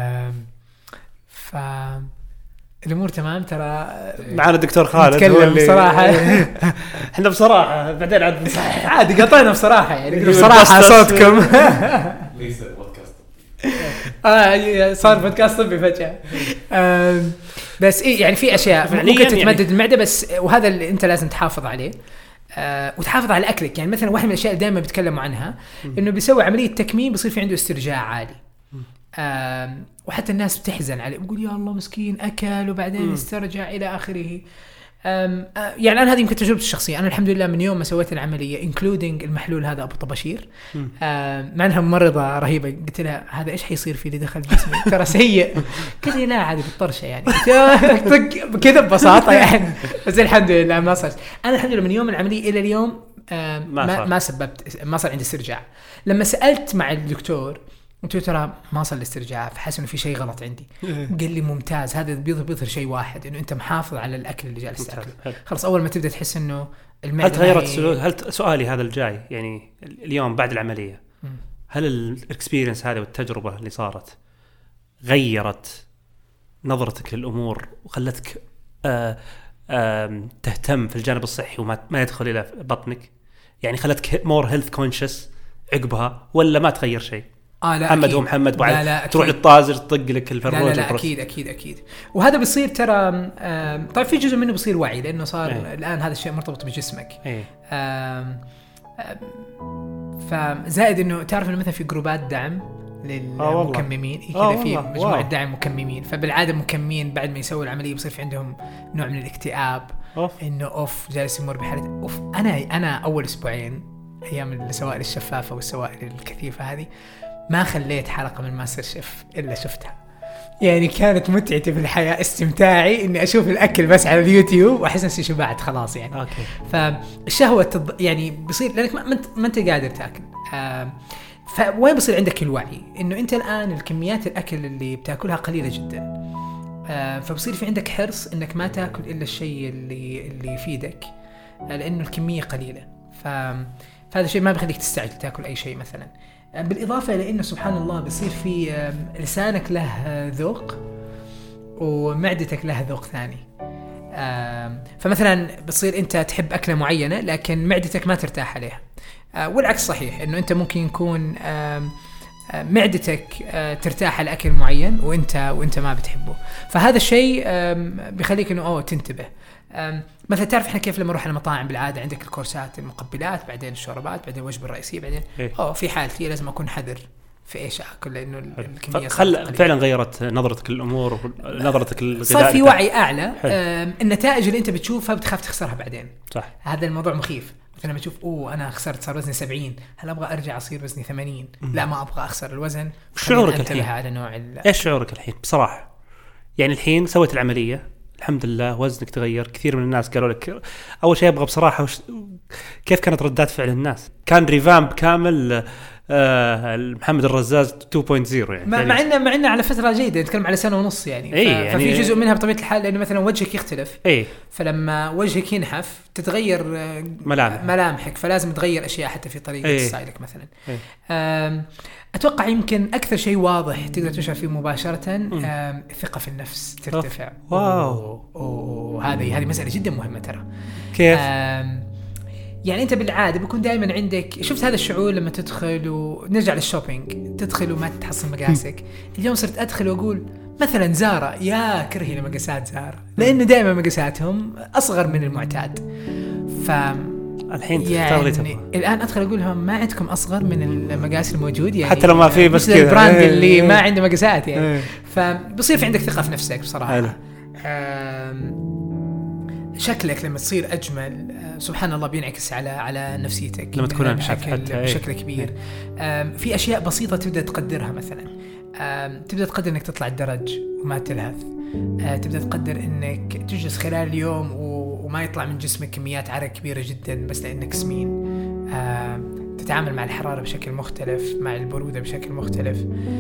الامور تمام. ترى معنا الدكتور خالد نتكلم بصراحه. احنا بصراحه بعدين عادي قطعنا بصراحه، يعني بصراحه صوتكم ليس بودكاست صار بودكاست طبي فجأة. بس إيه يعني في أشياء ممكن تتمدد يعني المعدة، بس وهذا اللي أنت لازم تحافظ عليه. وتحافظ على أكلك. يعني مثلا واحد من الأشياء اللي دائما بيتكلموا عنها إنه بيسوي عملية تكميم بيصير في عنده استرجاع عالي. وحتى الناس بتحزن عليه، بيقول يا الله مسكين أكل وبعدين استرجع إلى آخره. يعني أنا هذه يمكن تجربتي الشخصية. أنا الحمد لله من يوم ما سويت العملية including المحلول هذا أبو طباشير، مع أنها ممرضة رهيبة، قلت لها هذا إيش حيصير في اللي دخل جسمي؟ ترى سيء. قلت لي لا عادي بالطرشة يعني كذا ببساطة يعني. بس الحمد لله ما صار. أنا الحمد لله من يوم العملية إلى اليوم ما صار عندي استرجاع. لما سألت مع الدكتور قلت له ترى ما صار الاسترجاع، فحس انه في شيء غلط عندي. قال لي ممتاز، هذا بيظهر شيء واحد، انه انت محافظ على الاكل اللي جالس تاكله. خلاص اول ما تبدا تحس انه هل تغيرت هل سؤالي هذا الجاي يعني اليوم بعد العمليه، هل الاكسبيرينس هذه والتجربه اللي صارت غيرت نظرتك للامور وخلتك تهتم في الجانب الصحي وما يدخل الى بطنك؟ يعني خلتك مور هيلث كونشس عقبها، ولا ما تغير شيء؟ لا محمد هو محمد بعد تروح للطازج تطق لك الفروج. لا أكيد. وهذا بيصير ترى طيب في جزء منه بيصير وعي، لأنه صار الآن هذا الشيء مرتبط بجسمك. فزائد إنه تعرف إنه مثلا في جروبات دعم للمكممين كذا، في مجموعة دعم مكممين. فبالعادة مكممين بعد ما يسوي العملية بيصير في عندهم نوع من الاكتئاب، إنه جالس يمر بحالة أنا أول أسبوعين أيام السوائل الشفافة والسوائل الكثيفة هذه ما خليت حلقة من ماستر شيف إلا شفتها. يعني كانت متعتي في الحياة، استمتاعي إني أشوف الأكل بس على اليوتيوب وأحس نفسي شبعت خلاص يعني. فالشهوة يعني بصير لأنك ما أنت قادر تأكل. فوين بصير عندك الوعي إنه أنت الآن الكميات الأكل اللي بتأكلها قليلة جدا. فبصير في عندك حرص إنك ما تأكل إلا الشيء اللي يفيدك، لأنه الكمية قليلة. فهذا الشيء ما بيخليك تستعجل تأكل أي شيء مثلا. بالإضافة لأنه سبحان الله بيصير في لسانك له ذوق ومعدتك له ذوق ثاني. فمثلا بتصير أنت تحب أكلة معينة لكن معدتك ما ترتاح عليها، والعكس صحيح، إنه أنت ممكن يكون معدتك ترتاح على أكل معين وأنت ما بتحبه. فهذا الشيء بيخليك إنه تنتبه. مثلا تعرف إحنا كيف لما نروح على مطاعم بالعادة عندك الكورسات، المقبلات، بعدين الشوربات، بعدين الوجبة الرئيسية، بعدين في حالتي لازم أكون حذر في إيش أكل، لأنه الكمية فعلا غيرت نظرتك للأمور ونظرتك للغذاء. صار في وعي أعلى. النتائج اللي أنت بتشوفها بتخاف تخسرها بعدين. صح. هذا الموضوع مخيف. مثلا لما تشوف أنا خسرت صار وزني 70، هل أبغى أرجع أصير وزني 80؟ لا، ما أبغى أخسر الوزن. شعورك الحين على نوع ايش شعورك الحين بصراحة؟ يعني الحين سويت العملية الحمد لله وزنك تغير. كثير من الناس قالوا لك اول شيء ابغى بصراحه كيف كانت ردات فعل الناس؟ كان ريفامب كامل محمد الرزاز 2.0 يعني مع إنه على فترة جيدة، نتكلم على سنة ونص يعني. ففي جزء منها بطبيعة الحال لأنه مثلا وجهك يختلف، فلما وجهك ينحف تتغير ملامحك، فلازم تغير أشياء حتى في طريقة ستايلك مثلا. أتوقع يمكن أكثر شيء واضح تقدر تشعر فيه مباشرة الثقة في النفس ترتفع. واو هذه مسألة جدا مهمة ترى. كيف؟ يعني أنت بالعادة بيكون دائما عندك، شفت هذا الشعور لما تدخل ونرجع للشوبينج، تدخل وما تحصل مقاسك. اليوم صرت أدخل وأقول مثلا زارا، يا كرهي لمقاسات زارا، لأنه دائما مقاساتهم أصغر من المعتاد. الحين يعني الآن أدخل أقولهم ما عندكم أصغر من المقاس الموجود يعني، حتى لو ما في بس كذا البراند اللي ما عنده مقاسات يعني. فبصير في عندك ثقة في نفسك بصراحة. شكلك لما تصير أجمل سبحان الله بينعكس على نفسيتك لما تكون بشكل كبير. في أشياء بسيطة تبدأ تقدرها، مثلا تبدأ تقدر إنك تطلع الدرج وما تلهث، تبدأ تقدر إنك تجلس خلال اليوم وما يطلع من جسمك كميات عرق كبيرة جدا بس لأنك سمين، تتعامل مع الحرارة بشكل مختلف، مع البرودة بشكل مختلف.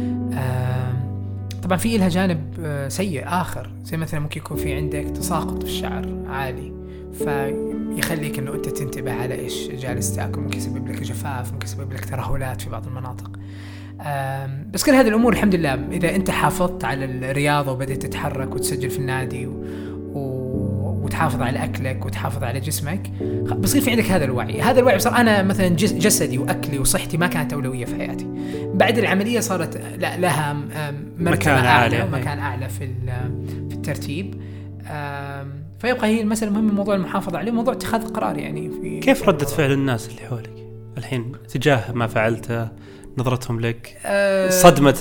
طبعا في لها جانب سيء آخر، زي مثلا ممكن يكون في عندك تساقط في الشعر عالي، فيخليك إنه أنت تنتبه على إيش جالس تأكل، ممكن يسبب لك جفاف، ممكن يسبب لك ترهلات في بعض المناطق. بس كل هذه الأمور الحمد لله إذا أنت حافظت على الرياضة وبدأت تتحرك وتسجل في النادي وتحافظ على أكلك وتحافظ على جسمك، بصير في عندك هذا الوعي بصراحة. أنا مثلا جسدي وأكلي وصحتي ما كانت أولوية في حياتي، بعد العملية صارت لها مرتبة أعلى ومكان أعلى في الترتيب. فيبقى هي المسألة مهمة، موضوع المحافظة عليه، موضوع اتخاذ القرار يعني. كيف ردة فعل الناس اللي حولك الحين تجاه ما فعلته؟ نظرتهم لك صدمة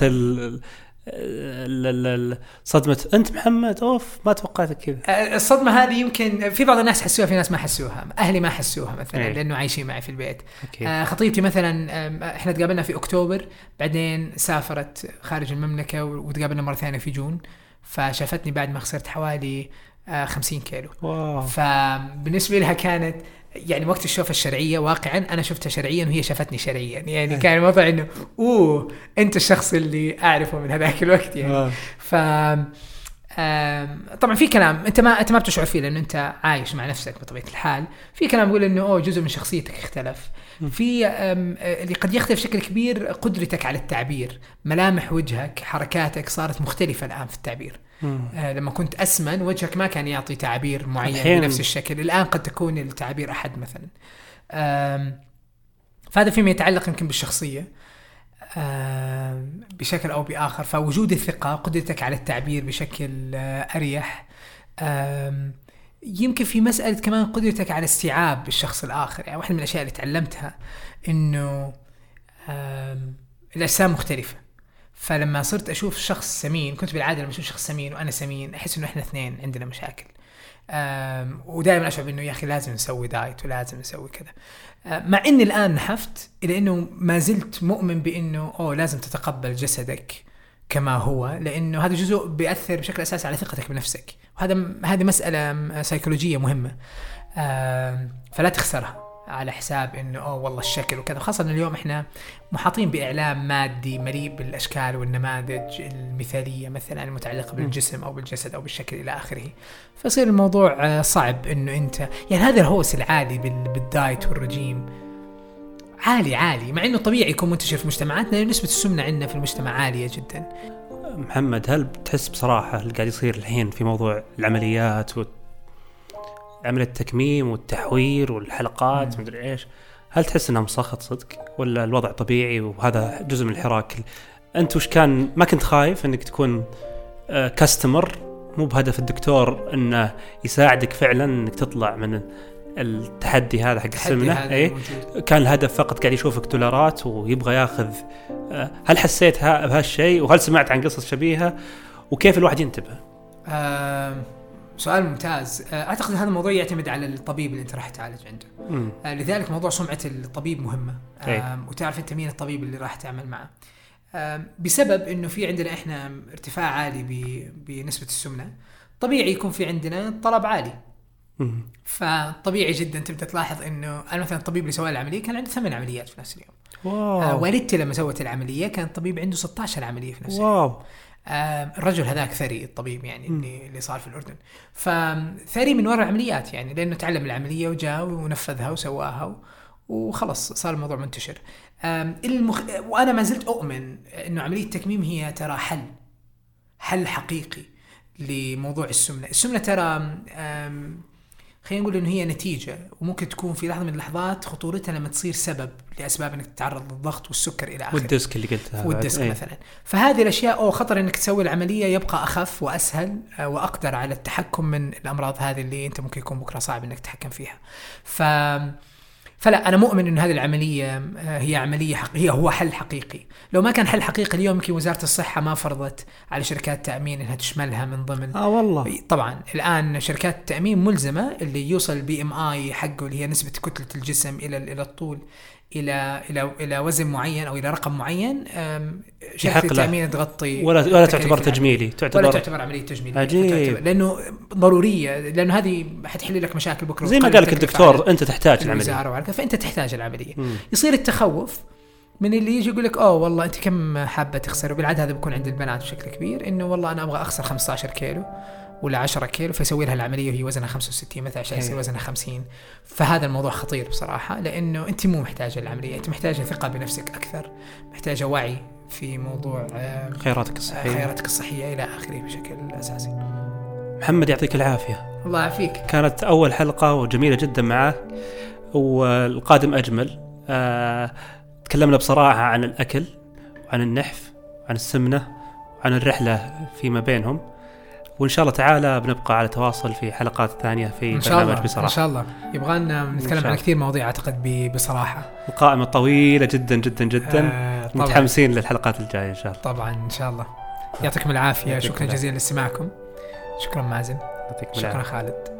صدمة أنت محمد أوف ما توقعتك كذا. الصدمة هذه يمكن في بعض الناس حسوها، في ناس ما حسوها. أهلي ما حسوها مثلا لأنه عايشين معي في البيت. خطيبتي مثلا إحنا تقابلنا في أكتوبر، بعدين سافرت خارج المملكة وتقابلنا مرة ثانية في جون، فشافتني بعد ما خسرت حوالي 50 كيلو. واو. فبالنسبة لها كانت يعني وقت الشوفة الشرعية، واقعا أنا شفتها شرعيا وهي شافتني شرعيا يعني. كان الموضوع إنه أنت الشخص اللي أعرفه من هذاك الوقت يعني. طبعا في كلام أنت ما بتشعر فيه لأنه أنت عايش مع نفسك بطبيعة الحال. في كلام يقول إنه جزء من شخصيتك اختلف. في اللي قد يختلف بشكل كبير قدرتك على التعبير، ملامح وجهك، حركاتك صارت مختلفة الآن في التعبير. لما كنت أسمن وجهك ما كان يعطي تعبير معين بنفس الشكل، الآن قد تكون التعبير أحد مثلا. فهذا فيما يتعلق يمكن بالشخصية بشكل أو بآخر. فوجود الثقة، قدرتك على التعبير بشكل أريح، يمكن في مسألة كمان قدرتك على استيعاب الشخص الآخر. يعني واحدة من الأشياء اللي تعلمتها إنه الأجسام مختلفة. فلما صرت أشوف شخص سمين، كنت بالعادة لما أشوف شخص سمين وأنا سمين أحس إنه إحنا اثنين عندنا مشاكل، ودائما أشعر إنه يا أخي لازم نسوي دايت ولازم نسوي كذا. مع إني الآن نحفت إلى إنه ما زلت مؤمن بإنه لازم تتقبل جسدك كما هو، لأنه هذا جزء بيأثر بشكل أساسي على ثقتك بنفسك، هذه مسألة سيكولوجية مهمة. فلا تخسرها على حساب إنه والله الشكل وكذا، خاصة اليوم إحنا محاطين بإعلام مادي مليء بالأشكال والنماذج المثالية مثلا المتعلقة بالجسم أو بالجسد أو بالشكل إلى آخره. فصير الموضوع صعب إنه أنت يعني هذا الهوس العالي بالدايت والرجيم عالي، مع إنه طبيعي يكون منتشر في مجتمعاتنا لأن نسبة السمنة عندنا في المجتمع عالية جدا. محمد، هل بتحس بصراحة اللي قاعد يصير الحين في موضوع العمليات عملية التكميم والتحوير والحلقات ومدري إيش، هل تحس إنها مسخط صدق ولا الوضع طبيعي وهذا جزء من الحراك؟ أنت وش كان ما كنت خايف إنك تكون كاستمر مو بهدف الدكتور إنه يساعدك فعلا إنك تطلع من التحدي هذا حق السمنة؟ كان الهدف فقط قاعد يشوفك دولارات ويبغى ياخذ. هل حسيت بهالشيء وهل سمعت عن قصص شبيهة وكيف الواحد ينتبه؟ سؤال ممتاز. أعتقد هذا الموضوع يعتمد على الطبيب اللي أنت راح تعالج عنده. لذلك موضوع سمعة الطبيب مهمة. وتعرف أنت مين الطبيب اللي راح تعمل معه. بسبب أنه في عندنا إحنا ارتفاع عالي بنسبة السمنة، طبيعي يكون في عندنا طلب عالي. مم. فطبيعي جدا تبدأ تلاحظ إنه أنا مثلا الطبيب اللي سوى العملية كان عنده 8 عمليات في نفس اليوم. واو. والدتي لما سوت العملية كان الطبيب عنده 16 عملية في نفس اليوم. واو. الرجل هذاك ثري الطبيب يعني اللي صار في الأردن. فثري من وراء العمليات يعني لأنه تعلم العملية وجاء ونفذها وسواها وخلص صار الموضوع منتشر. وأنا ما زلت أؤمن إنه عملية التكميم هي ترى حل حقيقي لموضوع السمنة. السمنة ترى خلينا نقول إنه هي نتيجة وممكن تكون في لحظة من اللحظات خطورتها لما تصير سبب لأسباب إنك تتعرض للضغط والسكر إلى آخره. والديسك اللي قلتها. والديسك مثلا. فهذه الأشياء خطر إنك تسوي العملية يبقى أخف وأسهل وأقدر على التحكم من الأمراض هذه اللي أنت ممكن يكون بكرة صعب إنك تتحكم فيها. فلا أنا مؤمن إن هذه العملية هي عملية هو حل حقيقي. لو ما كان حل حقيقي اليوم يمكن وزارة الصحة ما فرضت على شركات التأمين إنها تشملها من ضمن. والله. طبعا الآن شركات التأمين ملزمة اللي يوصل BMI حقه اللي هي نسبة كتلة الجسم إلى الطول إلى وزن معين أو إلى رقم معين. شركة التأمين تغطي ولا تعتبر تجميلي. ولا تعتبر عملية تجميلية. عجيب. لأنه ضرورية لأنه هذه حتحل لك مشاكل بكرة. زي ما قال لك الدكتور أنت تحتاج العملية. فأنت تحتاج العملية. يصير التخوف من اللي يجي يقول لك والله أنت كم حابة تخسر. وبالعادة هذا بيكون عند البنات بشكل كبير إنه والله أنا أبغى أخسر 15 كيلو ولا 10 كيلو فيسوي لها العملية وهي وزنها 65 مثلا عشان يصير وزنها 50. فهذا الموضوع خطير بصراحة لأنه أنت مو محتاجة العملية. أنت محتاجة ثقة بنفسك أكثر. محتاجة وعي في موضوع خياراتك الصحية إلى آخره بشكل أساسي. محمد يعطيك العافية. الله يعافيك. كانت أول حلقة وجميلة جدا معك والقادم أجمل. تكلمنا بصراحة عن الأكل وعن النحف وعن السمنة وعن الرحلة فيما بينهم. وإن شاء الله تعالى بنبقى على تواصل في حلقات ثانية في برنامج بصراحة. إن شاء الله يبغانا نتكلم عن كثير مواضيع أعتقد بصراحة. وقائمة طويلة جدا جدا جدا. متحمسين للحلقات الجاية إن شاء الله. طبعا إن شاء الله. يعطيكم العافية. شكرا جزيلا لاستماعكم. شكرا مازن. شكرا خالد.